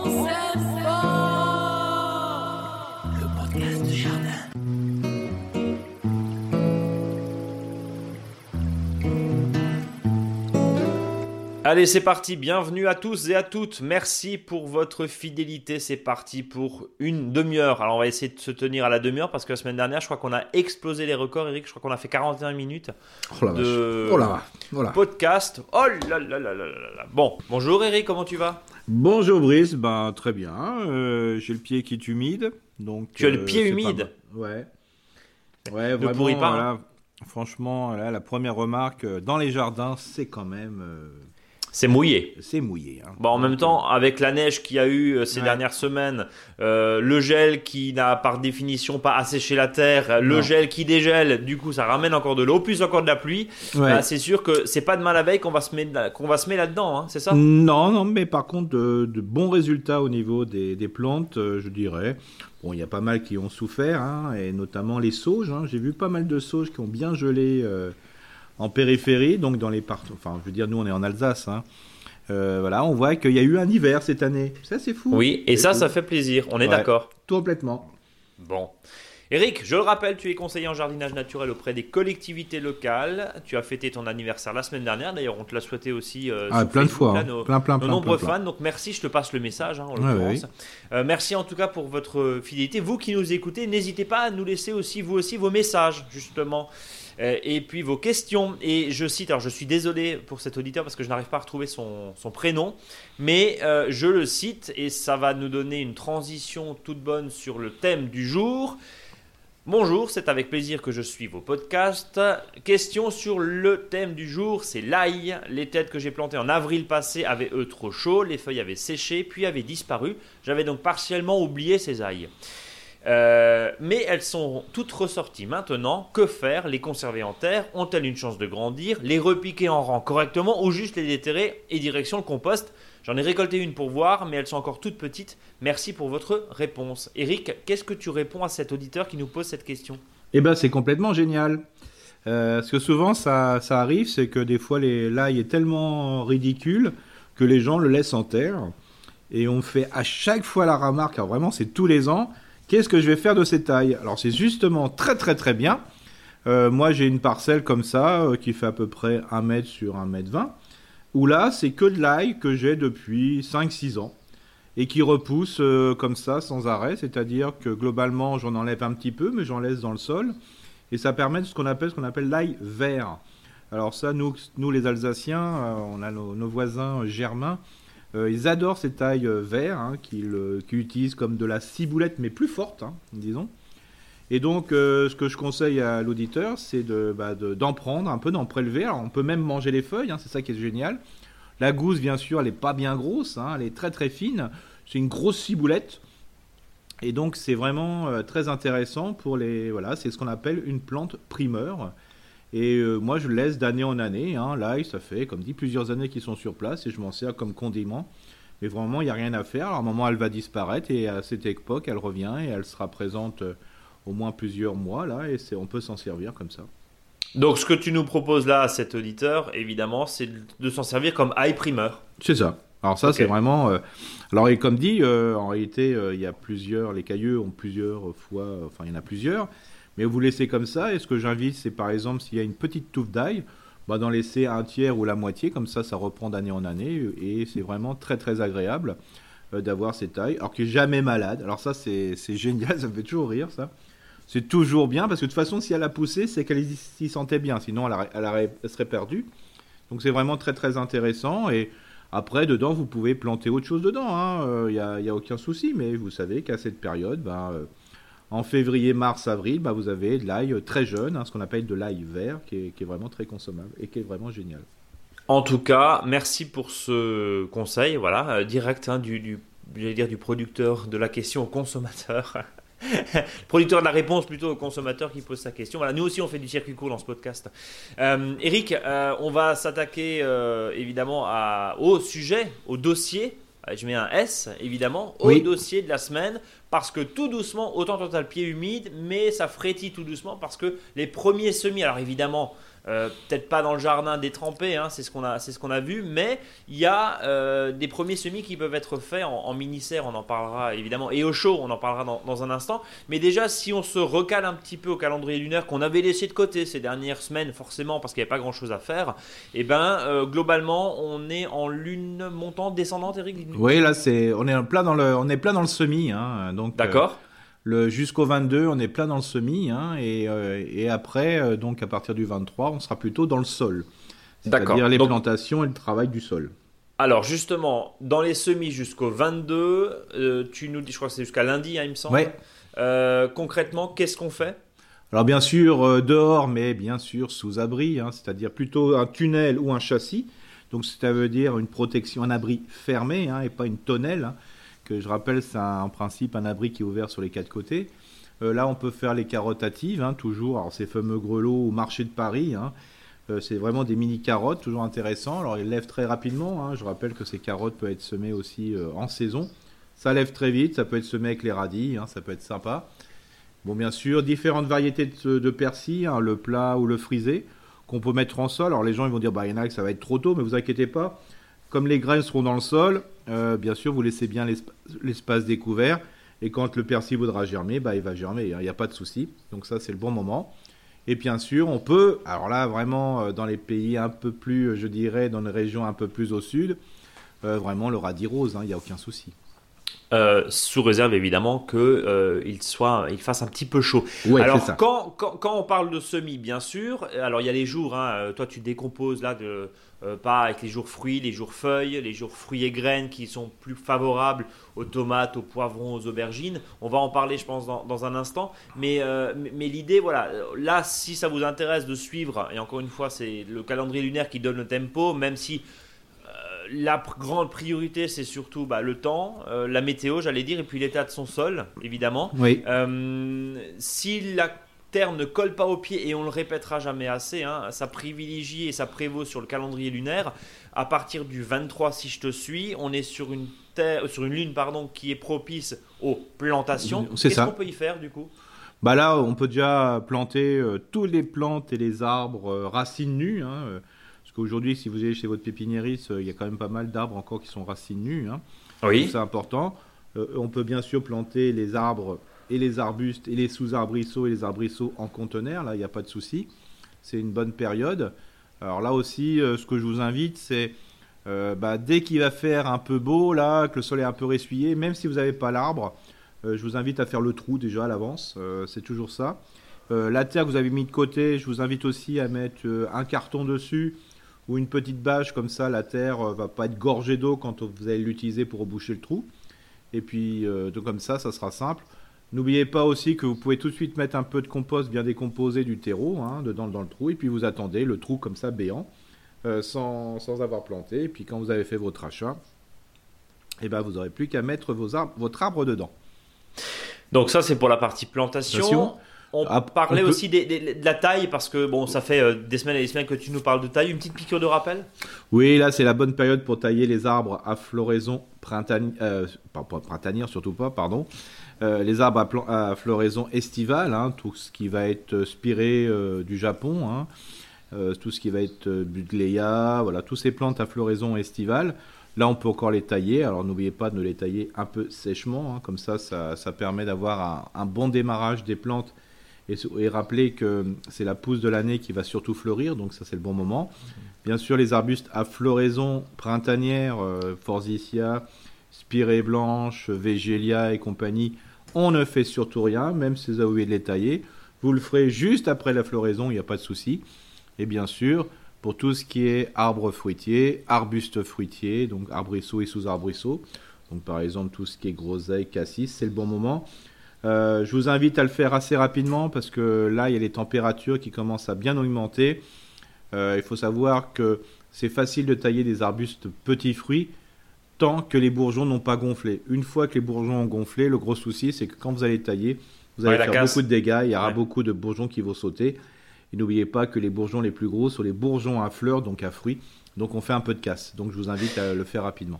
c'est fort. Le podcast de jardin. Allez, c'est parti, bienvenue à tous et à toutes, merci pour votre fidélité, c'est parti pour une demi-heure. Alors on va essayer de se tenir à la demi-heure parce que la semaine dernière je crois qu'on a explosé les records, Eric, je crois qu'on a fait 41 minutes de podcast. Oh là là là là là là. Bon, bonjour Eric, comment tu vas ? Bonjour Brice, très bien, j'ai le pied qui est humide. Donc, tu as le pied humide ? Ouais, ne vraiment, pourris pas. Voilà, franchement, là, la première remarque, dans les jardins, c'est quand même... C'est mouillé. C'est mouillé. Hein. Bon, en même temps, avec la neige qu'il y a eu ces dernières semaines, le gel qui n'a par définition pas asséché la terre, le gel qui dégèle, du coup ça ramène encore de l'eau, plus encore de la pluie. C'est sûr que c'est pas demain la veille qu'on va se mettre là-dedans, hein, c'est ça ? Non, mais par contre de bons résultats au niveau des plantes, je dirais. Bon, il y a pas mal qui ont souffert, hein, et notamment les sauges. Hein. J'ai vu pas mal de sauges qui ont bien gelé en périphérie, donc dans les enfin, je veux dire, nous on est en Alsace, hein. Voilà, on voit qu'il y a eu un hiver cette année. Ça, c'est fou. Oui, et ça fait plaisir. On est d'accord. Complètement. Bon. Eric, je le rappelle, tu es conseiller en jardinage naturel auprès des collectivités locales. Tu as fêté ton anniversaire la semaine dernière. D'ailleurs, on te l'a souhaité aussi. Plein de fois. Nos nombreux fans. Donc, merci. Je te passe le message, en l'occurrence. Oui. Merci en tout cas pour votre fidélité. Vous qui nous écoutez, n'hésitez pas à nous laisser aussi, vous aussi, vos messages, justement. Et puis vos questions, et je cite, alors je suis désolé pour cet auditeur parce que je n'arrive pas à retrouver son prénom, mais je le cite et ça va nous donner une transition toute bonne sur le thème du jour. Bonjour, c'est avec plaisir que je suis vos podcasts. Question sur le thème du jour, c'est l'ail. Les têtes que j'ai plantées en avril passé avaient trop chaud, les feuilles avaient séché puis avaient disparu. J'avais donc partiellement oublié ces ails. Mais elles sont toutes ressorties maintenant. Que faire ? Les conserver en terre ? Ont-elles une chance de grandir ? Les repiquer en rang correctement ou juste les déterrer et direction le compost ? J'en ai récolté une pour voir, mais elles sont encore toutes petites. Merci pour votre réponse. Eric, qu'est-ce que tu réponds à cet auditeur qui nous pose cette question ? C'est complètement génial. Parce que souvent, ça arrive, c'est que des fois, l'ail est tellement ridicule que les gens le laissent en terre. Et on fait à chaque fois la remarque, alors vraiment, c'est tous les ans. Qu'est-ce que je vais faire de cette ail ? Alors c'est justement très très très bien. Moi j'ai une parcelle comme ça qui fait à peu près 1 mètre sur 1 mètre 20. Où là c'est que de l'ail que j'ai depuis 5-6 ans. Et qui repousse comme ça sans arrêt. C'est-à-dire que globalement j'en enlève un petit peu mais j'en laisse dans le sol. Et ça permet ce qu'on appelle l'ail vert. Alors ça nous les Alsaciens, on a nos voisins germains. Ils adorent cette ail vert qu'ils utilisent comme de la ciboulette mais plus forte, disons. Et donc ce que je conseille à l'auditeur, c'est d'en prendre un peu, d'en prélever. Alors on peut même manger les feuilles, c'est ça qui est génial. La gousse, bien sûr, elle n'est pas bien grosse, elle est très très fine. C'est une grosse ciboulette. Et donc c'est vraiment très intéressant pour c'est ce qu'on appelle une plante primeur. Et moi, je le laisse d'année en année. L'ail, ça fait, comme dit, plusieurs années qu'ils sont sur place et je m'en sers comme condiment. Mais vraiment, il n'y a rien à faire. Alors, à un moment, elle va disparaître et à cette époque, elle revient et elle sera présente au moins plusieurs mois. Là, et on peut s'en servir comme ça. Donc, ce que tu nous proposes là à cet auditeur, évidemment, c'est de s'en servir comme ail primeur. C'est ça. Alors ça, c'est vraiment... Alors, et comme dit, en réalité, il y a les cailleux ont plusieurs fois... Enfin, il y en a plusieurs. Mais vous laissez comme ça, et ce que j'invite, c'est par exemple, s'il y a une petite touffe d'ail, d'en laisser un tiers ou la moitié, comme ça reprend d'année en année, et c'est vraiment très très agréable d'avoir cette ail, alors qu'il n'est jamais malade. Alors ça, c'est génial, ça me fait toujours rire, ça. C'est toujours bien, parce que de toute façon, si elle a poussé, c'est qu'elle s'y sentait bien, sinon elle serait perdue. Donc c'est vraiment très très intéressant, et après, dedans, vous pouvez planter autre chose dedans, il y a aucun souci, mais vous savez qu'à cette période, en février, mars, avril, vous avez de l'ail très jeune, ce qu'on appelle de l'ail vert, qui est vraiment très consommable et qui est vraiment génial. En tout cas, merci pour ce conseil, direct du producteur de la question au consommateur. Le producteur de la réponse plutôt au consommateur qui pose sa question. Nous aussi on fait du circuit court dans ce podcast. Eric, on va s'attaquer évidemment au sujet, au dossier. Je mets un S évidemment au dossier de la semaine parce que tout doucement, autant tu as le pied humide, mais ça frétille tout doucement parce que les premiers semis, alors évidemment peut-être pas dans le jardin détrempé, hein, c'est ce qu'on a vu, mais il y a des premiers semis qui peuvent être faits en mini-serre, on en parlera évidemment, et au chaud, on en parlera dans un instant. Mais déjà, si on se recale un petit peu au calendrier lunaire qu'on avait laissé de côté ces dernières semaines, forcément parce qu'il n'y avait pas grand-chose à faire, et globalement, on est en lune montante, descendante, Eric. Oui, là, on est plein dans le semis, hein, donc. D'accord. Jusqu'au 22, on est plein dans le semis, hein, et après, donc à partir du 23, on sera plutôt dans le sol. C'est-à-dire les plantations et le travail du sol. Alors justement, dans les semis jusqu'au 22, tu nous dis, je crois que c'est jusqu'à lundi, hein, il me semble. Ouais. Concrètement, qu'est-ce qu'on fait ? Alors bien sûr dehors, mais bien sûr sous abri, hein, c'est-à-dire plutôt un tunnel ou un châssis. Donc ça veut dire une protection, un abri fermé, hein, et pas une tonnelle, hein. Que je rappelle, c'est en principe un abri qui est ouvert sur les 4 côtés. Là, on peut faire les carotatives, hein, toujours. Alors, ces fameux grelots au marché de Paris, hein, c'est vraiment des mini-carottes, toujours intéressants. Alors, ils lèvent très rapidement, hein. Je rappelle que ces carottes peuvent être semées aussi en saison. Ça lève très vite, ça peut être semé avec les radis, hein, ça peut être sympa. Bon, bien sûr, différentes variétés de persil, hein, le plat ou le frisé, qu'on peut mettre en sol. Alors, les gens ils vont dire, il y en a que ça va être trop tôt, mais vous inquiétez pas. Comme les graines seront dans le sol, bien sûr, vous laissez bien l'espace découvert. Et quand le persil voudra germer, il va germer. Il n'y a pas de souci. Donc ça, c'est le bon moment. Et bien sûr, on peut, alors là, vraiment, dans les pays un peu plus, je dirais, dans les régions un peu plus au sud, vraiment le radis rose, hein, il n'y a aucun souci. Sous réserve évidemment qu'il fasse un petit peu chaud. Ouais, alors c'est ça. Quand on parle de semis, bien sûr, alors il y a les jours, hein, toi tu décomposes là pas avec les jours fruits, les jours feuilles, les jours fruits et graines qui sont plus favorables aux tomates, aux poivrons, aux aubergines. On va en parler je pense dans un instant, mais l'idée, voilà, là si ça vous intéresse de suivre, et encore une fois c'est le calendrier lunaire qui donne le tempo, même si la grande priorité, c'est surtout le temps, la météo, j'allais dire, et puis l'état de son sol, évidemment. Oui. Si la terre ne colle pas aux pieds, et on le répétera jamais assez, hein, ça privilégie et ça prévaut sur le calendrier lunaire. À partir du 23, si je te suis, on est sur une lune qui est propice aux plantations. Qu'est-ce qu'on peut y faire du coup ? Là, on peut déjà planter toutes les plantes et les arbres racines nues, hein, parce qu'aujourd'hui, si vous allez chez votre pépiniériste, il y a quand même pas mal d'arbres encore qui sont racines nues, hein. Oui. Donc, c'est important. On peut bien sûr planter les arbres et les arbustes et les sous-arbrisseaux et les arbrisseaux en conteneur. Là, il n'y a pas de souci. C'est une bonne période. Alors là aussi, ce que je vous invite, c'est dès qu'il va faire un peu beau, là, que le sol est un peu ressuyé, même si vous n'avez pas l'arbre, je vous invite à faire le trou déjà à l'avance. C'est toujours ça. La terre que vous avez mis de côté, je vous invite aussi à mettre un carton dessus ou une petite bâche, comme ça la terre va pas être gorgée d'eau quand vous allez l'utiliser pour reboucher le trou. Et puis comme ça sera simple. N'oubliez pas aussi que vous pouvez tout de suite mettre un peu de compost bien décomposé du terreau, hein, dedans dans le trou, et puis vous attendez le trou comme ça béant, sans avoir planté. Et puis quand vous avez fait votre achat, vous n'aurez plus qu'à mettre votre arbre dedans. Donc ça c'est pour la partie plantation. On parlait aussi de la taille, parce que ça fait des semaines et des semaines que tu nous parles de taille. Une petite piqûre de rappel ? Oui, là c'est la bonne période pour tailler les arbres à floraison printanière, surtout pas, pardon. Les arbres à floraison estivale, hein, tout ce qui va être spiré du Japon, hein, tout ce qui va être Buddleia, voilà, toutes ces plantes à floraison estivale. Là, on peut encore les tailler. Alors, n'oubliez pas de les tailler un peu sèchement, hein, comme ça permet d'avoir un bon démarrage des plantes. Et rappelez que c'est la pousse de l'année qui va surtout fleurir, donc ça c'est le bon moment. Bien sûr, les arbustes à floraison printanière, Forsythia, Spirée blanche, Végélia et compagnie, on ne fait surtout rien, même si vous avez oublié de les tailler. Vous le ferez juste après la floraison, il n'y a pas de souci. Et bien sûr, pour tout ce qui est arbres fruitiers, arbustes fruitiers, donc arbrisseaux et sous-arbrisseaux, donc par exemple tout ce qui est groseille, cassis, c'est le bon moment. Je vous invite à le faire assez rapidement parce que là, il y a les températures qui commencent à bien augmenter. Il faut savoir que c'est facile de tailler des arbustes petits fruits tant que les bourgeons n'ont pas gonflé. Une fois que les bourgeons ont gonflé, le gros souci, c'est que quand vous allez tailler, vous allez faire beaucoup de dégâts. Il y aura beaucoup de bourgeons qui vont sauter. Et n'oubliez pas que les bourgeons les plus gros sont les bourgeons à fleurs, donc à fruits. Donc on fait un peu de casse. Donc je vous invite à le faire rapidement.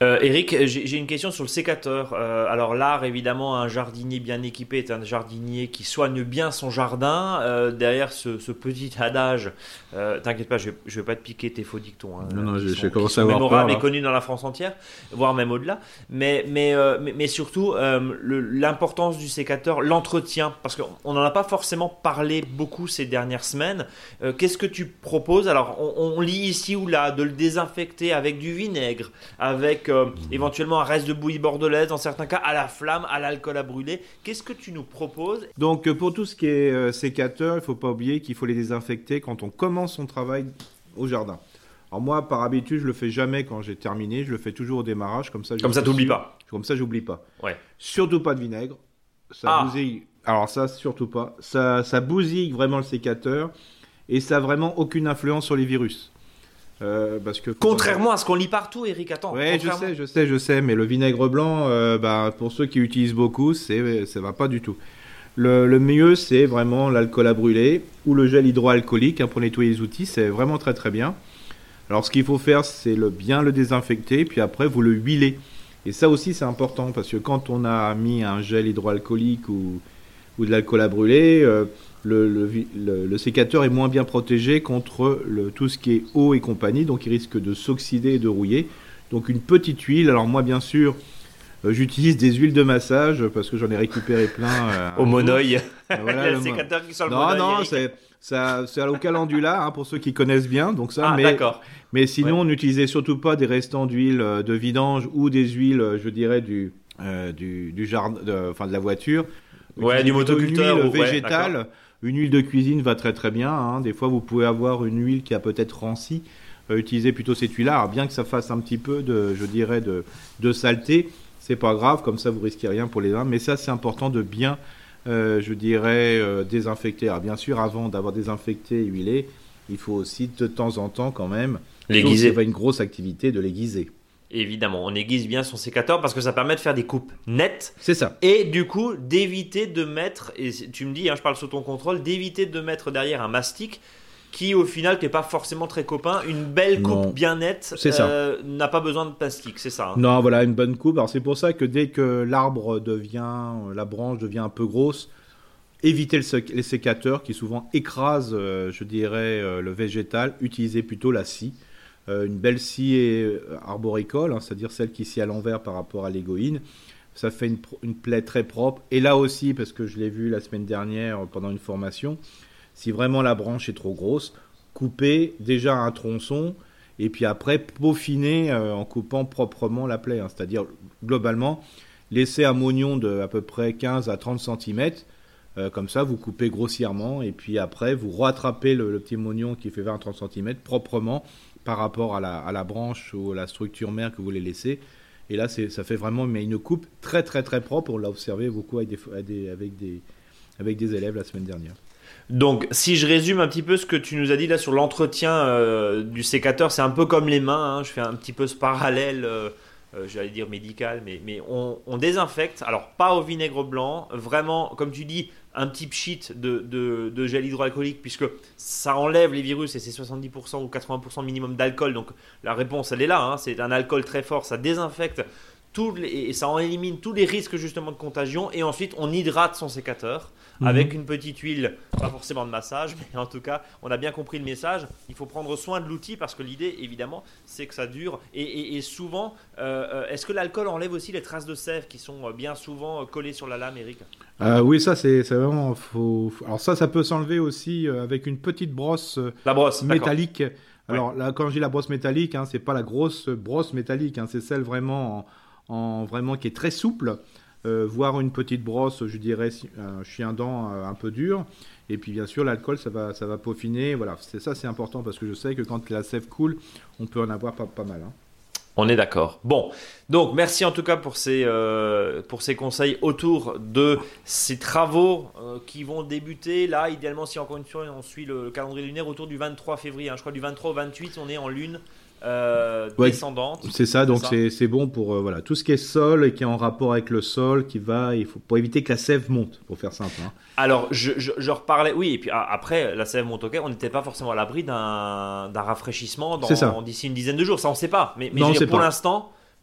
Eric, j'ai une question sur le sécateur. Alors l'art, évidemment, un jardinier bien équipé est un jardinier qui soigne bien son jardin. Derrière ce petit adage, t'inquiète pas, je vais pas te piquer tes faux dictons. Hein, non, je commence à avoir mémorables peur, et connus dans la France entière, voire même au-delà. Mais surtout, l'importance du sécateur, l'entretien, parce qu'on n'en a pas forcément parlé beaucoup ces dernières semaines. Qu'est-ce que tu proposes? Alors, on lit ici ou là de le désinfecter avec du vinaigre, avec éventuellement un reste de bouillie bordelaise, dans certains cas à la flamme, à l'alcool à brûler. Qu'est-ce que tu nous proposes? Donc pour tout ce qui est sécateur, il ne faut pas oublier qu'il faut les désinfecter quand on commence son travail au jardin. Alors moi, par habitude, je le fais jamais quand j'ai terminé, je le fais toujours au démarrage, comme ça t'oublies pas. Comme ça, j'oublie pas. Ouais. Surtout pas de vinaigre, ça bousille. Alors ça, surtout pas. Ça bousille vraiment le sécateur et ça a vraiment aucune influence sur les virus. Parce que contrairement à ce qu'on lit partout, Eric, attends. Ouais, je sais, mais le vinaigre blanc, pour ceux qui utilisent beaucoup, ça va pas du tout. Le mieux, c'est vraiment l'alcool à brûler ou le gel hydroalcoolique pour nettoyer les outils, c'est vraiment très très bien. Alors ce qu'il faut faire, c'est bien le désinfecter, puis après vous le huilez. Et ça aussi, c'est important parce que quand on a mis un gel hydroalcoolique ou de l'alcool à brûler, le sécateur est moins bien protégé contre tout ce qui est eau et compagnie, donc il risque de s'oxyder et de rouiller. Donc une petite huile, alors moi bien sûr j'utilise des huiles de massage parce que j'en ai récupéré plein. Au monoeil. Voilà, le sécateur qui sort le monoeil. Non, c'est au calendula pour ceux qui connaissent bien. Donc ça, d'accord. Mais sinon n'utilisez surtout pas des restants d'huile de vidange ou des huiles, je dirais, du jardin, de la voiture. Ouais, du motoculteur. Une huile végétale. Une huile de cuisine va très très bien. Des fois, vous pouvez avoir une huile qui a peut-être ranci. Utilisez plutôt cette huile-là. Alors, bien que ça fasse un petit peu de saleté, c'est pas grave. Comme ça, vous risquez rien pour les mains. Mais ça, c'est important de bien, désinfecter. Alors, bien sûr, avant d'avoir désinfecté et huilé, il faut aussi de temps en temps quand même l'aiguiser. C'est pas une grosse activité de l'aiguiser. Évidemment, on aiguise bien son sécateur parce que ça permet de faire des coupes nettes. C'est ça. Et du coup, d'éviter de mettre, et tu me dis, je parle sous ton contrôle, d'éviter de mettre derrière un mastic qui, au final, t'es pas forcément très copain. Une belle coupe bien nette n'a pas besoin de plastique, c'est ça. Non, voilà, une bonne coupe. Alors c'est pour ça que dès que la branche devient un peu grosse, évitez les sécateurs qui souvent écrasent, le végétal. Utilisez plutôt la scie. Une belle scie arboricole, c'est-à-dire celle qui scie à l'envers par rapport à l'égoïne. Ça fait une plaie très propre. Et là aussi, parce que je l'ai vu la semaine dernière pendant une formation, si vraiment la branche est trop grosse, coupez déjà un tronçon et puis après peaufinez en coupant proprement la plaie. C'est-à-dire, globalement, laissez un mognon de à peu près 15 à 30 cm. Comme ça, vous coupez grossièrement et puis après, vous rattrapez le petit mognon qui fait 20-30 cm proprement par rapport à la branche ou à la structure mère que vous voulez laisser. Et là, ça fait vraiment une coupe très très très propre. On l'a observé beaucoup avec des élèves la semaine dernière. Donc, si je résume un petit peu ce que tu nous as dit là sur l'entretien du sécateur, c'est un peu comme les mains. Je fais un petit peu ce parallèle, j'allais dire médical, mais on désinfecte. Alors, pas au vinaigre blanc, vraiment, comme tu dis, un petit pchit de gel hydroalcoolique, puisque ça enlève les virus et c'est 70% ou 80% minimum d'alcool. Donc, la réponse, elle est là. C'est un alcool très fort, ça désinfecte et ça en élimine tous les risques justement de contagion. Et ensuite, on hydrate son sécateur avec une petite huile, pas forcément de massage, mais en tout cas, on a bien compris le message. Il faut prendre soin de l'outil parce que l'idée, évidemment, c'est que ça dure. Et souvent, est-ce que l'alcool enlève aussi les traces de sève qui sont bien souvent collées sur la lame, Eric? Oui, ça c'est vraiment faux. Alors ça peut s'enlever aussi avec une petite brosse, métallique. D'accord. Alors là, quand je dis la brosse métallique, c'est pas la grosse brosse métallique, c'est celle vraiment vraiment qui est très souple. Voire une petite brosse, je dirais, un chien-dent un peu dur. Et puis, bien sûr, l'alcool, ça va peaufiner. Voilà, c'est important parce que je sais que quand la sève coule, on peut en avoir pas mal. On est d'accord. Bon, donc merci en tout cas pour ces conseils autour de ces travaux qui vont débuter. Là, idéalement, si encore une fois, on suit le calendrier lunaire autour du 23 février. Je crois du 23 au 28, on est en lune. Descendante. C'est ça, donc c'est bon pour tout ce qui est sol et qui est en rapport avec le sol, il faut pour éviter que la sève monte, pour faire simple. Alors je reparlais, oui, et puis après la sève monte, on n'était pas forcément à l'abri d'un rafraîchissement d'ici une dizaine de jours, ça on ne sait pas, mais non, pour l'instant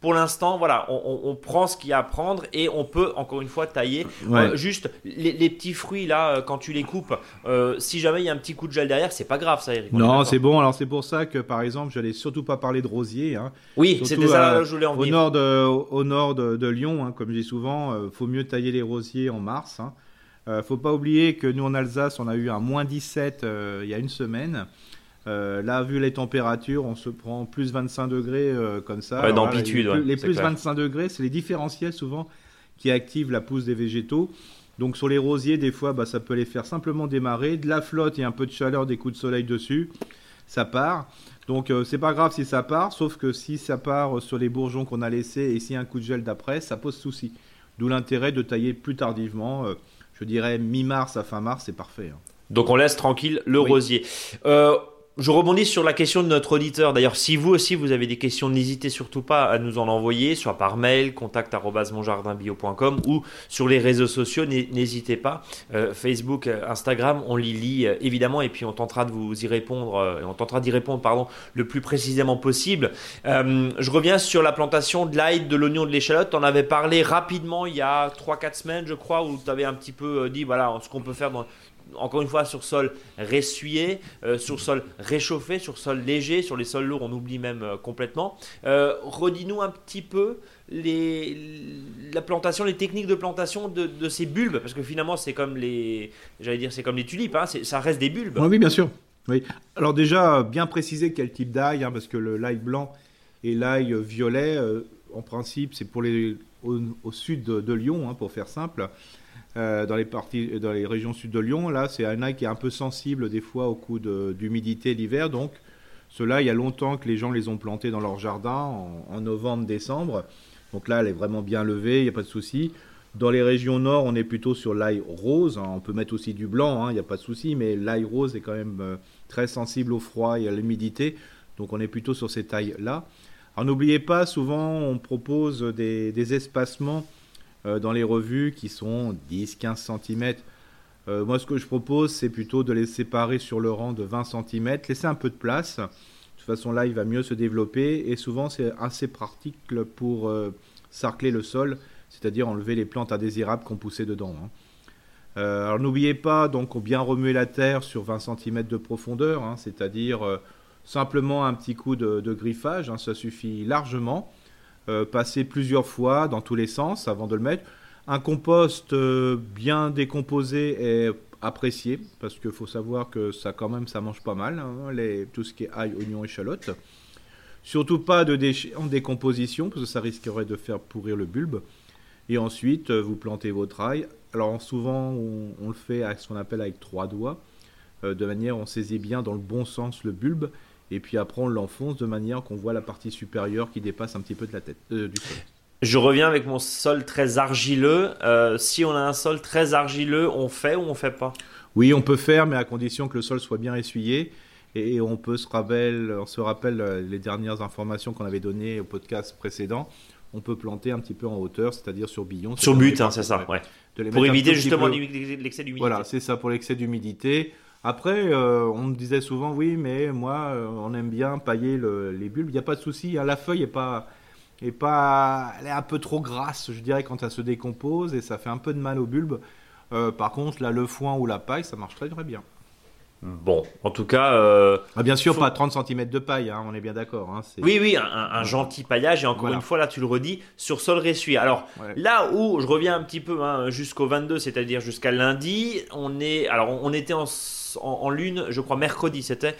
pour l'instant, voilà, on prend ce qu'il y a à prendre et on peut encore une fois tailler. Juste les petits fruits là, quand tu les coupes, si jamais il y a un petit coup de gel derrière, c'est pas grave ça, Eric. Non, c'est bon. Alors c'est pour ça que par exemple, je n'allais surtout pas parler de rosier. Hein. Oui, c'était ça là, je voulais en venir. Au nord de Lyon, hein, comme je dis souvent, faut mieux tailler les rosiers en mars. Hein. Faut pas oublier que nous en Alsace, on a eu un moins 17 il y a une semaine. Là, vu les températures, on se prend plus 25 degrés comme ça. Ouais, d'amplitude. Les plus 25 degrés, c'est les différentiels souvent qui activent la pousse des végétaux. Donc sur les rosiers, des fois, ça peut les faire simplement démarrer. De la flotte et un peu de chaleur, des coups de soleil dessus, ça part. Donc c'est pas grave si ça part, sauf que si ça part sur les bourgeons qu'on a laissés et s'il y a un coup de gel d'après, ça pose souci. D'où l'intérêt de tailler plus tardivement. Je dirais mi-mars à fin mars, c'est parfait. Hein. Donc on laisse tranquille le rosier. Je rebondis sur la question de notre auditeur. D'ailleurs, si vous aussi vous avez des questions, n'hésitez surtout pas à nous en envoyer, soit par mail, contact@monjardinbio.com ou sur les réseaux sociaux. N'hésitez pas. Facebook, Instagram, on les lit évidemment et puis on tentera de vous y répondre. On tentera d'y répondre, le plus précisément possible. Je reviens sur la plantation de l'ail, de l'oignon, de l'échalote. On avait parlé rapidement il y a 3-4 semaines, je crois, où tu avais un petit peu dit voilà ce qu'on peut faire encore une fois sur sol ressuyé, sur sol réchauffé, sur sol léger, sur les sols lourds on oublie même complètement. Redis-nous un petit peu la plantation, les techniques de plantation de ces bulbes, parce que finalement c'est comme les tulipes, hein, ça reste des bulbes. Oui, bien sûr. Oui. Alors déjà, bien préciser quel type d'ail, hein, parce que l'ail blanc et l'ail violet, en principe c'est pour au sud de Lyon, hein, pour faire simple. Dans les régions sud de Lyon, là, c'est un ail qui est un peu sensible des fois au coup d'humidité l'hiver. Donc, ceux-là, il y a longtemps que les gens les ont plantés dans leur jardin en novembre, décembre. Donc là, elle est vraiment bien levée, il n'y a pas de souci. Dans les régions nord, on est plutôt sur l'ail rose. Hein. On peut mettre aussi du blanc, il n'y a pas de souci, mais l'ail rose est quand même très sensible au froid et à l'humidité. Donc, on est plutôt sur ces tailles-là. Alors, n'oubliez pas, souvent, on propose des espacements dans les revues qui sont 10-15 cm. Moi, ce que je propose, c'est plutôt de les séparer sur le rang de 20 cm, laisser un peu de place. De toute façon, là, il va mieux se développer et souvent, c'est assez pratique pour sarcler le sol, c'est-à-dire enlever les plantes indésirables qu'on poussait dedans. Hein. Alors, n'oubliez pas, donc, bien remuer la terre sur 20 cm de profondeur, hein, c'est-à-dire simplement un petit coup de griffage, hein, ça suffit largement. Passer plusieurs fois dans tous les sens avant de le mettre. Un compost bien décomposé est apprécié parce qu'il faut savoir que ça mange pas mal, hein, tout ce qui est ail, oignon, échalote. Surtout pas de déchets en décomposition parce que ça risquerait de faire pourrir le bulbe. Et ensuite, vous plantez votre ail. Alors souvent, on le fait avec ce qu'on appelle avec 3 doigts, de manière on saisit bien dans le bon sens le bulbe. Et puis après, on l'enfonce de manière qu'on voit la partie supérieure qui dépasse un petit peu de la tête, du sol. Je reviens avec mon sol très argileux. Si on a un sol très argileux, on fait ou on fait pas ? Oui, on peut faire, mais à condition que le sol soit bien essuyé. Et on se rappelle les dernières informations qu'on avait données au podcast précédent. On peut planter un petit peu en hauteur, c'est-à-dire sur billon. Sur but, hein, c'est ça. Ouais. Pour éviter justement l'excès d'humidité. Voilà, c'est ça, pour l'excès d'humidité. Après, on me disait souvent, oui, mais moi, on aime bien pailler les bulbes. Il n'y a pas de souci. Hein, la feuille elle est un peu trop grasse, je dirais, quand elle se décompose et ça fait un peu de mal au bulbe. Par contre, là, le foin ou la paille, ça marche très très bien. Bon, en tout cas... bien sûr, pas 30 cm de paille, hein, on est bien d'accord. Hein, oui, un gentil paillage. Et encore une fois, là, tu le redis, sur sol ressuyé. Alors, là où je reviens un petit peu jusqu'au 22, c'est-à-dire jusqu'à lundi, on était en lune, je crois mercredi c'était,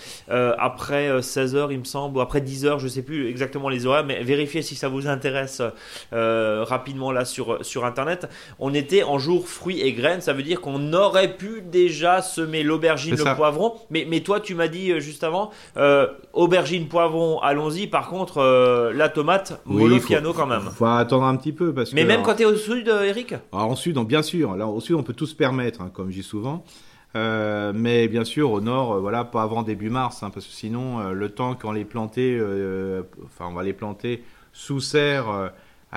après 16h il me semble, ou après 10h, je ne sais plus exactement les horaires, mais vérifiez si ça vous intéresse rapidement là sur internet. On était en jour fruits et graines, ça veut dire qu'on aurait pu déjà semer l'aubergine, le poivron, mais toi tu m'as dit juste avant, aubergine, poivron, allons-y, par contre la tomate, mollo piano quand même. Il faut attendre un petit peu. Mais même quand tu es au sud, Eric ? Alors, en sud, bien sûr, là, au sud on peut tout se permettre, hein, comme je dis souvent. Mais bien sûr au nord, pas avant début mars, hein, parce que sinon le temps qu'on les planter, on va les planter sous serre,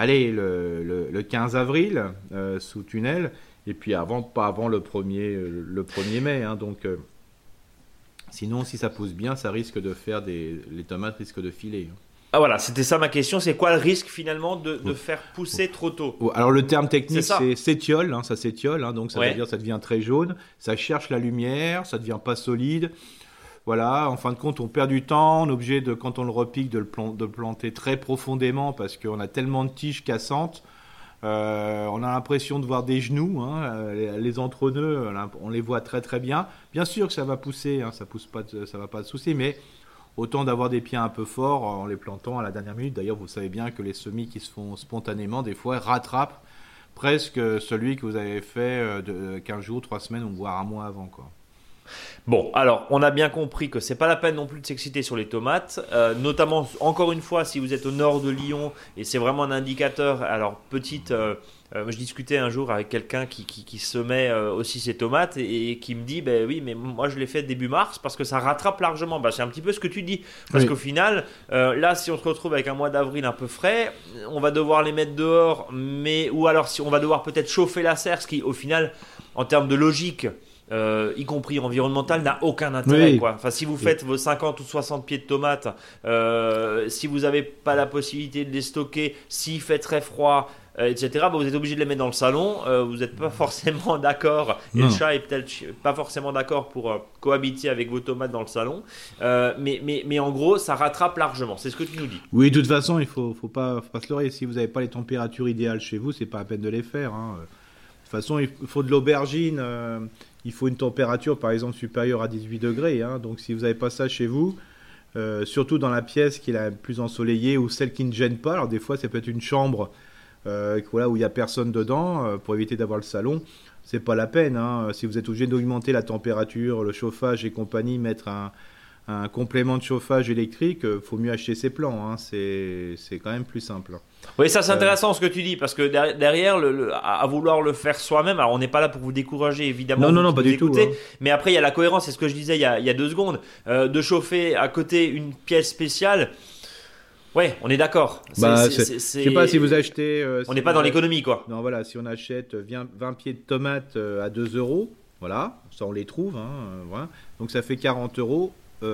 le 15 avril sous tunnel, et puis pas avant le 1er mai, hein, donc sinon si ça pousse bien, ça risque de faire les tomates risquent de filer. Hein. Ah voilà, c'était ça ma question. C'est quoi le risque finalement de faire pousser trop tôt? Alors le terme technique, c'est s'étiole, ça s'étiole, donc ça veut dire ça devient très jaune, ça cherche la lumière, ça devient pas solide. Voilà, en fin de compte, on perd du temps, on est obligé quand on le repique de le planter très profondément parce qu'on a tellement de tiges cassantes. On a l'impression de voir des genoux, les entre-nœuds, on les voit très très bien. Bien sûr que ça va pousser, ça pousse pas, ça va pas de souci, mais autant d'avoir des pieds un peu forts en les plantant à la dernière minute. D'ailleurs, vous savez bien que les semis qui se font spontanément, des fois, rattrapent presque celui que vous avez fait de 15 jours, 3 semaines ou voire un mois avant, quoi. Bon, alors, on a bien compris que c'est pas la peine non plus de s'exciter sur les tomates, notamment, encore une fois, si vous êtes au nord de Lyon, et c'est vraiment un indicateur. Alors, je discutais un jour avec quelqu'un qui semait aussi ses tomates et qui me dit, ben oui, mais moi je l'ai fait début mars parce que ça rattrape largement. C'est un petit peu ce que tu dis, parce qu'au final, là, si on se retrouve avec un mois d'avril un peu frais, on va devoir les mettre dehors, ou alors si on va devoir peut-être chauffer la serre, ce qui, au final, en termes de logique, y compris environnemental, n'a aucun intérêt, quoi. Enfin, si vous faites vos 50 ou 60 pieds de tomates, si vous n'avez pas la possibilité de les stocker, s'il fait très froid, etc., vous êtes obligé de les mettre dans le salon. Vous n'êtes pas forcément d'accord, et le chat est peut-être pas forcément d'accord pour cohabiter avec vos tomates dans le salon, mais en gros ça rattrape largement, c'est ce que tu nous dis. Oui, de toute façon il faut pas se leurrer. Si vous n'avez pas les températures idéales chez vous, c'est pas la peine de les faire, De toute façon, il faut de l'aubergine, il faut une température par exemple supérieure à 18 degrés, donc si vous n'avez pas ça chez vous, surtout dans la pièce qui est la plus ensoleillée ou celle qui ne gêne pas, alors des fois ça peut être une chambre où il n'y a personne dedans, pour éviter d'avoir le salon, c'est pas la peine. Si vous êtes obligé d'augmenter la température, le chauffage et compagnie, mettre un complément de chauffage électrique, faut mieux acheter ses plants, c'est quand même plus simple. Oui, ça c'est intéressant ce que tu dis, parce que derrière, à vouloir le faire soi-même, alors on n'est pas là pour vous décourager évidemment, non, pas du tout, mais après il y a la cohérence, c'est ce que je disais il y a 2 secondes, de chauffer à côté une pièce spéciale. Ouais, on est d'accord. Je sais pas si vous achetez. On n'est pas dans l'économie, quoi. Non, voilà, si on achète 20 pieds de tomates à 2 €, voilà, ça on les trouve, voilà. Donc ça fait 40 €.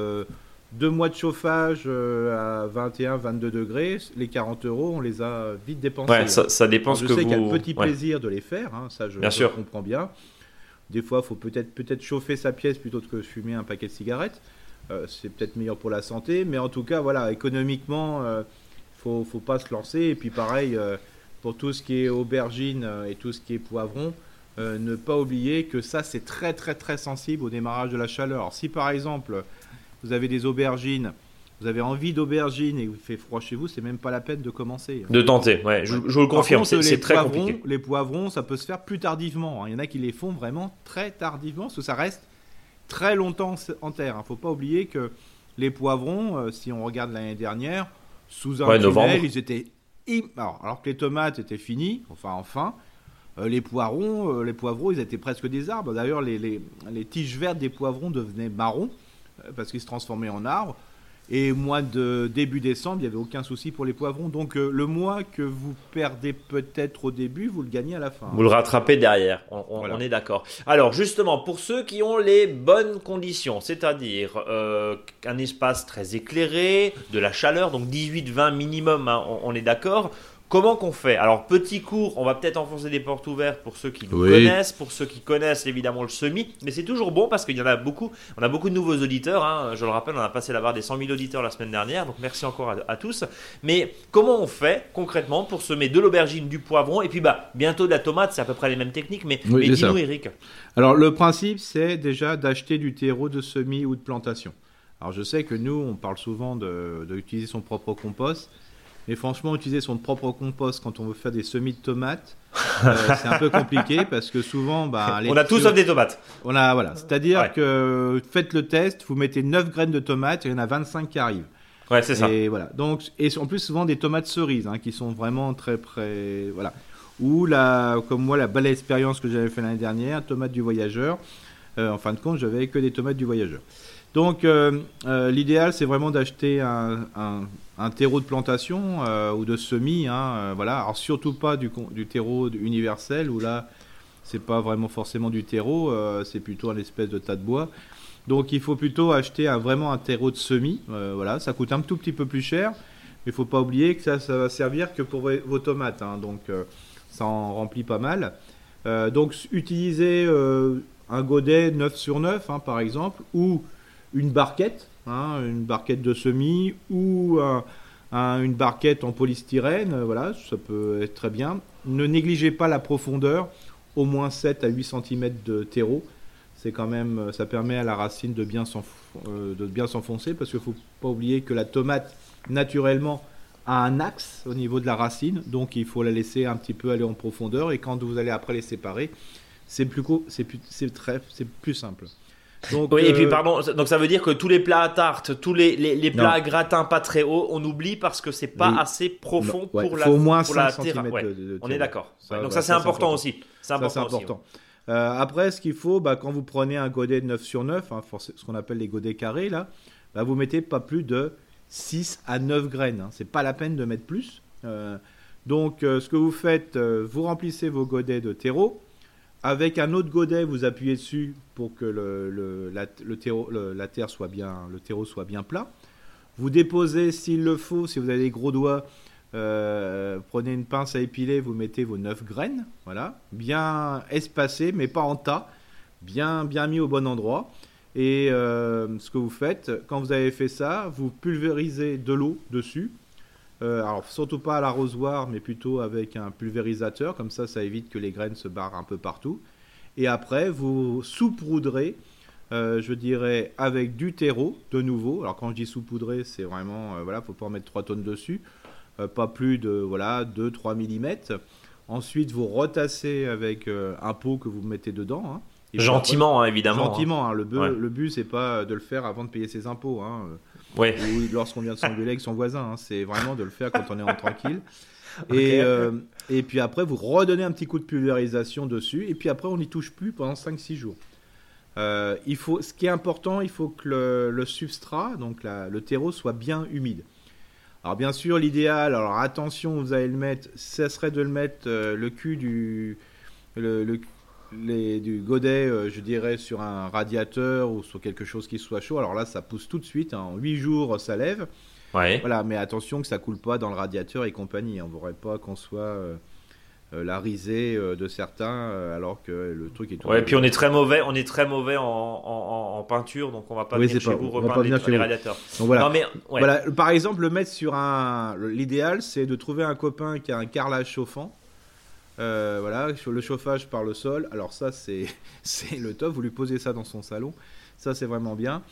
2 mois de chauffage à 21, 22 degrés, les 40 €, on les a vite dépensés. Ouais, ça dépend ce que vous... Je sais qu'il y a un petit plaisir de les faire, ça je comprends bien. Des fois, il faut peut-être chauffer sa pièce plutôt que de fumer un paquet de cigarettes. C'est peut-être meilleur pour la santé, mais en tout cas, voilà, économiquement, faut pas se lancer. Et puis pareil, pour tout ce qui est aubergine et tout ce qui est poivron, ne pas oublier que ça, c'est très très très sensible au démarrage de la chaleur. Alors, si par exemple, vous avez des aubergines, vous avez envie d'aubergines et il fait froid chez vous, c'est même pas la peine de commencer. De tenter, ouais, je le confirme, c'est très compliqué. Les poivrons, ça peut se faire plus tardivement. Il y en a qui les font vraiment très tardivement, parce que ça reste très longtemps en terre. Faut pas oublier que les poivrons, si on regarde l'année dernière, sous un tunnel, ils étaient... Alors que les tomates étaient finies, enfin, les poivrons, ils étaient presque des arbres. D'ailleurs, les tiges vertes des poivrons devenaient marrons, parce qu'ils se transformaient en arbres. Et au mois de début décembre, il n'y avait aucun souci pour les poivrons. Donc le mois que vous perdez peut-être au début, vous le gagnez à la fin. Vous le rattrapez derrière, Voilà. On est d'accord. Alors justement, pour ceux qui ont les bonnes conditions, c'est-à-dire un espace très éclairé, de la chaleur, donc 18-20 minimum, on est d'accord. Comment qu'on fait? Alors, petit cours, on va peut-être enfoncer des portes ouvertes pour ceux qui nous connaissent, pour ceux qui connaissent évidemment le semis, mais c'est toujours bon parce qu'il y en a beaucoup. On a beaucoup de nouveaux auditeurs, je le rappelle, on a passé la barre des 100 000 auditeurs la semaine dernière, donc merci encore à tous. Mais comment on fait concrètement pour semer de l'aubergine, du poivron et puis bientôt de la tomate? C'est à peu près les mêmes techniques, mais dis-nous, Eric. Alors, le principe, c'est déjà d'acheter du terreau de semis ou de plantation. Alors, je sais que nous, on parle souvent d'utiliser son propre compost. Mais franchement, utiliser son propre compost quand on veut faire des semis de tomates, c'est un peu compliqué parce que souvent... on a tous sauf des tomates. Voilà. C'est-à-dire que faites le test, vous mettez 9 graines de tomates et il y en a 25 qui arrivent. Ouais, c'est ça. Et voilà. Donc, et en plus, souvent des tomates cerises qui sont vraiment très près... Voilà. Ou comme moi, la belle expérience que j'avais fait l'année dernière, tomate du voyageur. En fin de compte, j'avais que des tomates du voyageur. Donc, l'idéal, c'est vraiment d'acheter un terreau de plantation ou de semis. Voilà. Alors, surtout pas du terreau universel, où là, c'est pas vraiment forcément du terreau, c'est plutôt une espèce de tas de bois. Donc, il faut plutôt acheter vraiment un terreau de semis. Voilà. Ça coûte un tout petit peu plus cher, il ne faut pas oublier que ça va servir que pour vos tomates, hein, donc ça en remplit pas mal. Donc utilisez un godet 9 sur 9, hein, par exemple, ou une barquette de semis, ou une barquette en polystyrène, voilà, ça peut être très bien. Ne négligez pas la profondeur, au moins 7 à 8 cm de terreau. C'est quand même, ça permet à la racine de bien s'enfoncer, parce qu'il ne faut pas oublier que la tomate, naturellement, a un axe au niveau de la racine, donc il faut la laisser un petit peu aller en profondeur, et quand vous allez après les séparer, c'est plus simple. Donc, oui, et puis pardon, donc ça veut dire que tous les plats à tarte, tous les plats à gratin pas très hauts, on oublie parce que c'est pas assez profond pour faut la au moins pour 5 la cm terre. Ouais, de on est d'accord. Ça, donc ça c'est important aussi. C'est important. Après, ce qu'il faut, quand vous prenez un godet de 9 sur 9, hein, ce qu'on appelle les godets carrés, là, vous mettez pas plus de 6 à 9 graines. Hein. C'est pas la peine de mettre plus. Donc, ce que vous faites, vous remplissez vos godets de terreau. Avec un autre godet, vous appuyez dessus pour que le terreau soit bien plat. Vous déposez, s'il le faut, si vous avez des gros doigts, prenez une pince à épiler, vous mettez vos 9 graines, voilà, bien espacées, mais pas en tas, bien mis au bon endroit. Et ce que vous faites, quand vous avez fait ça, vous pulvérisez de l'eau dessus. Alors surtout pas à l'arrosoir, mais plutôt avec un pulvérisateur, comme ça évite que les graines se barrent un peu partout. Et après, vous saupoudrez, je dirais, avec du terreau, de nouveau. Alors quand je dis saupoudrer, c'est vraiment, faut pas en mettre 3 tonnes dessus, pas plus de 2-3 mm. Ensuite, vous retassez avec un pot que vous mettez dedans. Hein. Gentiment, évidemment. Gentiment, hein. Le but, c'est pas de le faire avant de payer ses impôts. Hein. Ouais. Ou lorsqu'on vient de s'engueuler avec son voisin, hein. C'est vraiment de le faire quand on est en tranquille. Okay. Et puis après, vous redonnez un petit coup de pulvérisation dessus, et puis après, on n'y touche plus pendant 5-6 jours. Ce qui est important, il faut que le substrat, donc le terreau, soit bien humide. Alors bien sûr, l'idéal, alors attention, vous allez le mettre, ça serait de le mettre le cul du godet, je dirais, sur un radiateur ou sur quelque chose qui soit chaud. Alors là, ça pousse tout de suite. Hein. En 8 jours, ça lève. Ouais. Voilà, mais attention que ça coule pas dans le radiateur et compagnie. On ne voudrait pas qu'on soit la risée de certains, alors que le truc est tout. Ouais, puis on est très mauvais en peinture, donc on va pas venir chez vous repeindre les radiateurs. Donc voilà. Non, mais, ouais. Voilà. Par exemple, le mettre sur l'idéal, c'est de trouver un copain qui a un carrelage chauffant. Sur le chauffage par le sol. Alors ça, c'est le top. Vous lui posez ça dans son salon. Ça, c'est vraiment bien.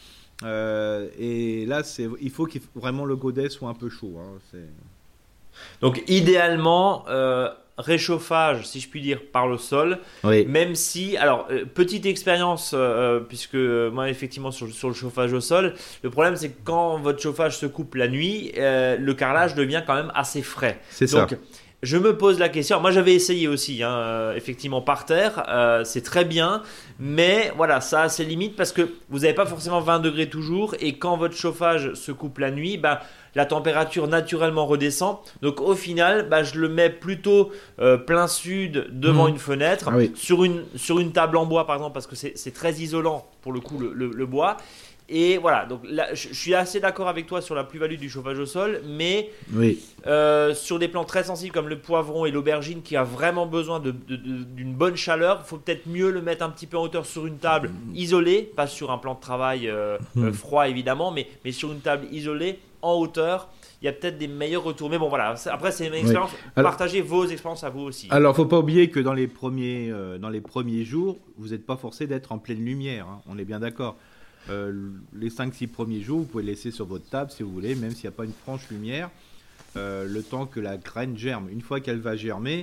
Et là, il faut vraiment le godet soit un peu chaud. Hein. Donc, idéalement, réchauffage, si je puis dire, par le sol. Oui. Même si, alors, petite expérience, puisque moi, effectivement, sur le chauffage au sol, le problème, c'est que quand votre chauffage se coupe la nuit, le carrelage devient quand même assez frais. C'est donc, ça. Je me pose la question. Moi, j'avais essayé aussi, effectivement, par terre. C'est très bien. Mais voilà, ça a ses limites parce que vous n'avez pas forcément 20 degrés toujours. Et quand votre chauffage se coupe la nuit, la température naturellement redescend. Donc, au final, je le mets plutôt plein sud devant une fenêtre. Ah oui. Sur une table en bois, par exemple, parce que c'est très isolant pour le coup, le bois. Et voilà, donc là, je suis assez d'accord avec toi sur la plus-value du chauffage au sol, mais oui. Sur des plants très sensibles comme le poivron et l'aubergine qui a vraiment besoin d'une bonne chaleur, il faut peut-être mieux le mettre un petit peu en hauteur sur une table isolée, pas sur un plan de travail froid évidemment, mais sur une table isolée en hauteur. Il y a peut-être des meilleurs retours. Mais bon, voilà. Après, c'est une expérience. Oui. Partagez vos expériences à vous aussi. Alors, il ne faut pas oublier que dans les premiers jours, vous n'êtes pas forcé d'être en pleine lumière. Hein. On est bien d'accord. Les 5-6 premiers jours, vous pouvez le laisser sur votre table si vous voulez, même s'il n'y a pas une franche lumière, le temps que la graine germe. Une fois qu'elle va germer,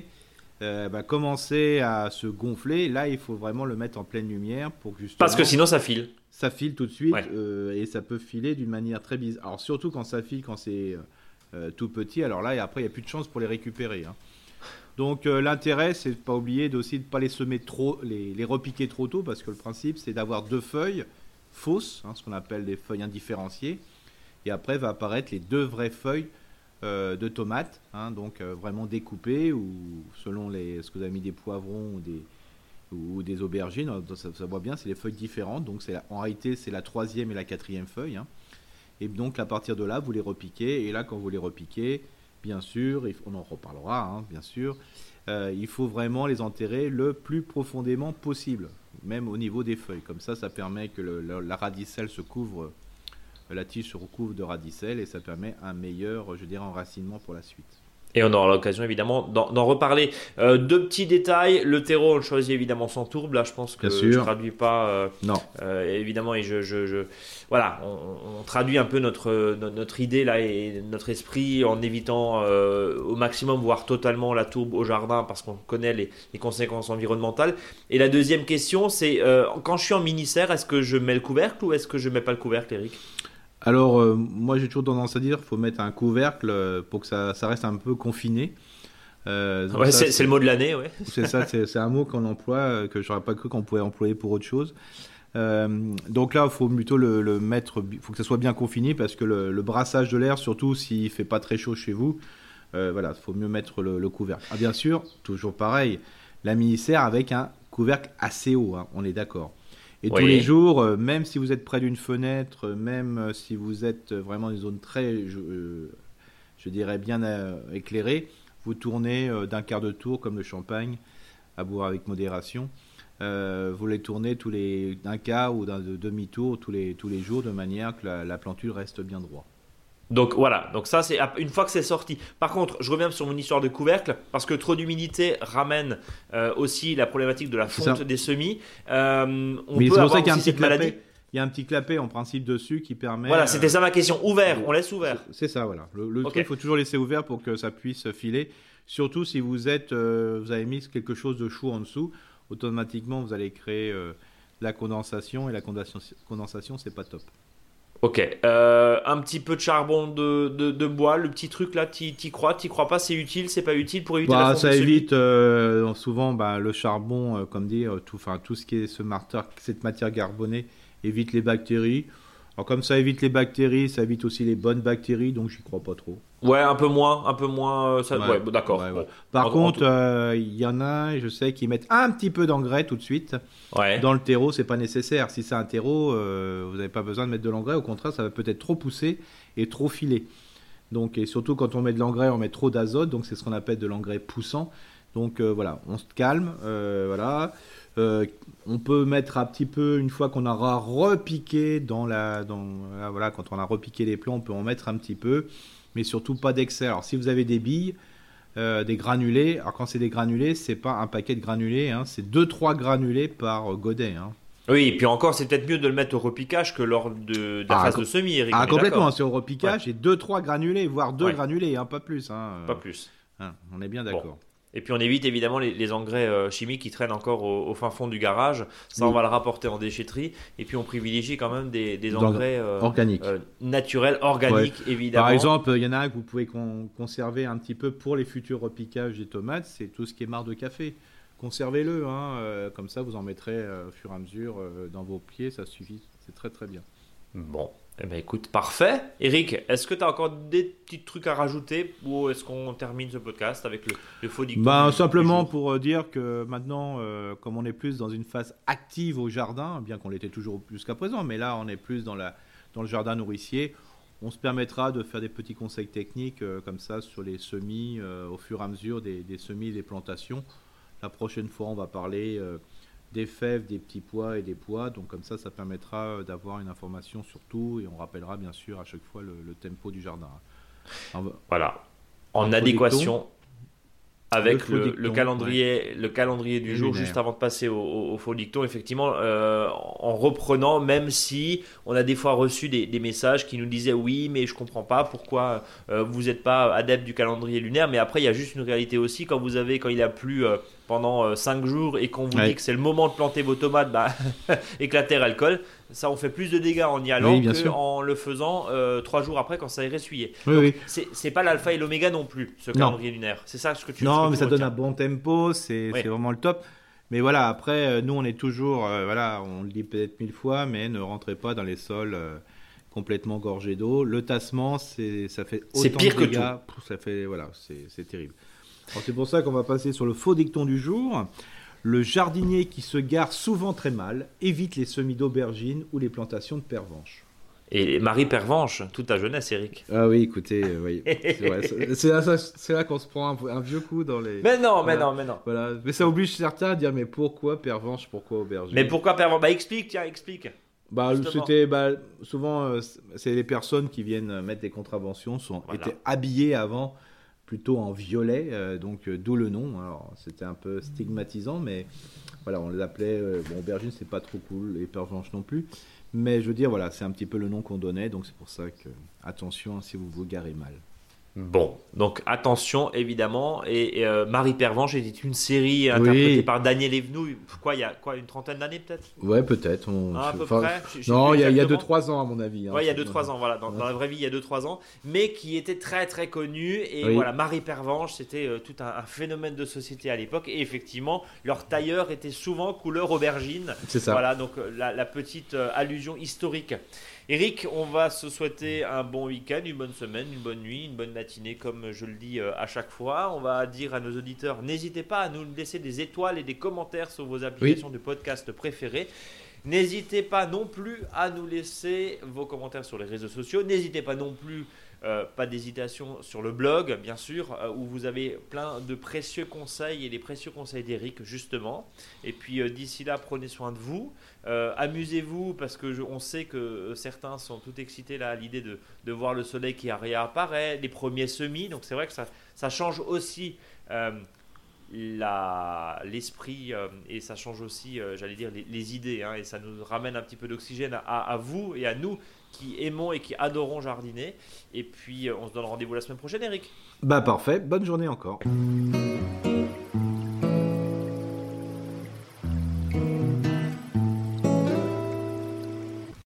commencer à se gonfler. Là, il faut vraiment le mettre en pleine lumière pour justement... Parce que sinon, ça file. Ça file tout de suite, ouais. Et ça peut filer d'une manière très bizarre. Alors surtout quand ça file, quand c'est tout petit, alors là, et après, il n'y a plus de chance pour les récupérer. Hein. Donc l'intérêt, c'est de ne pas oublier aussi de ne pas les semer trop, les repiquer trop tôt, parce que le principe, c'est d'avoir 2 feuilles fausses, ce qu'on appelle des feuilles indifférenciées, et après va apparaître les 2 vraies feuilles de tomates, donc vraiment découpées, ou selon ce que vous avez mis des poivrons ou des aubergines, ça voit bien, c'est des feuilles différentes, donc en réalité c'est la 3e et la 4e feuille, Et donc, à partir de là, vous les repiquez. Et là, quand vous les repiquez, bien sûr, on en reparlera, hein, bien sûr, il faut vraiment les enterrer le plus profondément possible, même au niveau des feuilles. Comme ça permet que la radicelle se couvre, la tige se recouvre de radicelle et ça permet un meilleur, je dirais, enracinement pour la suite. Et on aura l'occasion évidemment d'en reparler. Deux petits détails. Le terreau, on le choisit évidemment sans tourbe. Là, je pense que je ne traduis pas. Non. Évidemment, et voilà, on traduit un peu notre idée là et notre esprit en évitant au maximum, voire totalement la tourbe au jardin parce qu'on connaît les conséquences environnementales. Et la deuxième question, c'est quand je suis en mini-serre, est-ce que je mets le couvercle ou est-ce que je ne mets pas le couvercle, Eric ? Alors, moi j'ai toujours tendance à dire qu'il faut mettre un couvercle pour que ça reste un peu confiné. Ouais, c'est le mot de l'année, ouais. C'est ça, c'est un mot qu'on emploie, que je n'aurais pas cru qu'on pouvait employer pour autre chose. Donc là, il faut plutôt le mettre, il faut que ça soit bien confiné parce que le brassage de l'air, surtout s'il ne fait pas très chaud chez vous, voilà, il faut mieux mettre le couvercle. Ah, bien sûr, toujours pareil, la mini-serre avec un couvercle assez haut, hein, on est d'accord. Et tous les jours, même si vous êtes près d'une fenêtre, même si vous êtes vraiment dans une zone très, je dirais, bien éclairée, vous tournez d'un quart de tour comme le champagne, à boire avec modération. Vous les tournez d'un quart ou d'un demi-tour tous les jours de manière que la plantule reste bien droite. Donc voilà, donc ça c'est une fois que c'est sorti. Par contre, je reviens sur mon histoire de couvercle parce que trop d'humidité ramène aussi la problématique de la fonte des semis. On Mais peut c'est pour avoir ça qu'il y a un aussi petit cette maladie. Il y a un petit clapet en principe dessus qui permet. Voilà, c'était ça ma question. Ouvert, on laisse ouvert. C'est ça, voilà. Le truc, il faut toujours laisser ouvert pour que ça puisse filer. Surtout si vous avez mis quelque chose de chaud en dessous, automatiquement vous allez créer la condensation et la condensation, c'est pas top. Ok, un petit peu de charbon de bois, le petit truc là, t'y crois pas, c'est utile, c'est pas utile pour éviter la fonte ça des semis. évite souvent le charbon, comme dire, tout ce qui est cette matière carbonée évite les bactéries. Alors comme ça évite les bactéries, ça évite aussi les bonnes bactéries, donc j'y crois pas trop. Ouais, un peu moins, ça, ouais, d'accord. Ouais. Bon. Par contre, il y en a, je sais, qui mettent un petit peu d'engrais tout de suite. Ouais. Dans le terreau, c'est pas nécessaire. Si c'est un terreau, vous n'avez pas besoin de mettre de l'engrais. Au contraire, ça va peut-être trop pousser et trop filer. Donc, et surtout quand on met de l'engrais, on met trop d'azote, donc c'est ce qu'on appelle de l'engrais poussant. Donc voilà, on se calme, voilà. On peut mettre un petit peu, une fois qu'on aura repiqué voilà, quand on a repiqué les plants, on peut en mettre un petit peu, mais surtout pas d'excès. Alors si vous avez des billes, des granulés, alors quand c'est des granulés, c'est pas un paquet de granulés, hein, c'est 2-3 granulés par godet. Hein. Oui, et puis encore, c'est peut-être mieux de le mettre au repiquage que lors de la phase de semis, Eric. Complètement, c'est au repiquage, et 2-3 granulés, voire 2 Ouais. granulés, hein, pas plus. Hein. Pas plus. Hein, on est bien d'accord. Bon. Et puis on évite évidemment les engrais chimiques qui traînent encore au fin fond du garage. Ça, on va le rapporter en déchetterie. Et puis on privilégie quand même des engrais organiques. Naturels, organiques, évidemment. Par exemple, il y en a un que vous pouvez conserver un petit peu pour les futurs repiquages des tomates, c'est tout ce qui est marc de café. Conservez-le, hein, comme ça vous en mettrez au fur et à mesure dans vos pieds, ça suffit, c'est très très bien. Bon, eh ben écoute, parfait. Eric, est-ce que tu as encore des petits trucs à rajouter ou est-ce qu'on termine ce podcast avec le faux dicton simplement pour dire que maintenant, comme on est plus dans une phase active au jardin, bien qu'on l'était toujours jusqu'à présent, mais là on est plus dans le jardin nourricier, on se permettra de faire des petits conseils techniques comme ça sur les semis au fur et à mesure des semis et des plantations. La prochaine fois, on va parler des fèves, des petits pois et des pois. Donc comme ça permettra d'avoir une information sur tout. Et on rappellera bien sûr à chaque fois le tempo du jardin. Voilà, en adéquation avec le calendrier du jour, juste avant de passer au faux dicton, effectivement, en reprenant, même si on a des fois reçu des messages qui nous disaient oui, mais je comprends pas pourquoi vous n'êtes pas adepte du calendrier lunaire. Mais après, il y a juste une réalité aussi, quand il a plu pendant 5 jours et qu'on vous dit que c'est le moment de planter vos tomates et que la terre elle colle, ça on fait plus de dégâts en y allant qu'en le faisant 3 jours après quand ça est ressuyé. Donc, c'est pas l'alpha et l'oméga non plus, ce calendrier lunaire. C'est ça ce que tu Non, mais ça donne un bon tempo, c'est vraiment le top. Mais voilà, après, nous on est toujours, on le dit peut-être 1000 fois, mais ne rentrez pas dans les sols complètement gorgés d'eau. Le tassement, ça fait autant c'est pire de dégâts. Que tout. Ça fait, c'est terrible. Alors, c'est pour ça qu'on va passer sur le faux dicton du jour. Le jardinier qui se gare souvent très mal évite les semis d'aubergines ou les plantations de pervenche. Et Marie Pervenche, toute ta jeunesse, Eric. Ah oui, écoutez, oui. C'est vrai. C'est là qu'on se prend un vieux coup dans les... Mais non. Voilà. Mais ça oblige certains à dire, mais pourquoi Pervenche, pourquoi aubergine? Mais pourquoi Pervenche? Explique. Souvent, c'est les personnes qui viennent mettre des contraventions étaient habillées avant plutôt en violet, donc d'où le nom. Alors, c'était un peu stigmatisant, mais voilà, on les appelait... aubergine, c'est pas trop cool, et Pervenche non plus. Mais je veux dire, voilà, c'est un petit peu le nom qu'on donnait, donc c'est pour ça que, attention si vous vous garez mal. Bon, donc attention évidemment. Et Marie Pervenche était une série interprétée par Daniel Evenou. Il y a une trentaine d'années peut-être. Ouais, peut-être. À peu près. Non, il y a 2-3 ans à mon avis. Ouais, il y a 2-3 ans. Voilà, dans la vraie vie, il y a 2-3 ans, mais qui était très très connue. Et voilà, Marie Pervenche, c'était tout un phénomène de société à l'époque. Et effectivement, leur tailleur était souvent couleur aubergine. C'est ça. Voilà, donc la petite allusion historique. Eric, on va se souhaiter un bon week-end, une bonne semaine, une bonne nuit, une bonne matinée, comme je le dis à chaque fois. On va dire à nos auditeurs, n'hésitez pas à nous laisser des étoiles et des commentaires sur vos applications de podcast préférées. N'hésitez pas non plus à nous laisser vos commentaires sur les réseaux sociaux. N'hésitez pas non plus, pas d'hésitation, sur le blog, bien sûr, où vous avez plein de précieux conseils et les précieux conseils d'Eric, justement. Et puis d'ici là, prenez soin de vous. Amusez-vous parce que on sait que certains sont tout excités là, à l'idée de voir le soleil qui réapparaît, les premiers semis. Donc c'est vrai que ça change aussi l'esprit et ça change aussi, j'allais dire, les idées. Et ça nous ramène un petit peu d'oxygène à vous et à nous qui aimons et qui adorons jardiner. Et puis on se donne rendez-vous la semaine prochaine, Eric. Parfait. Bonne journée encore.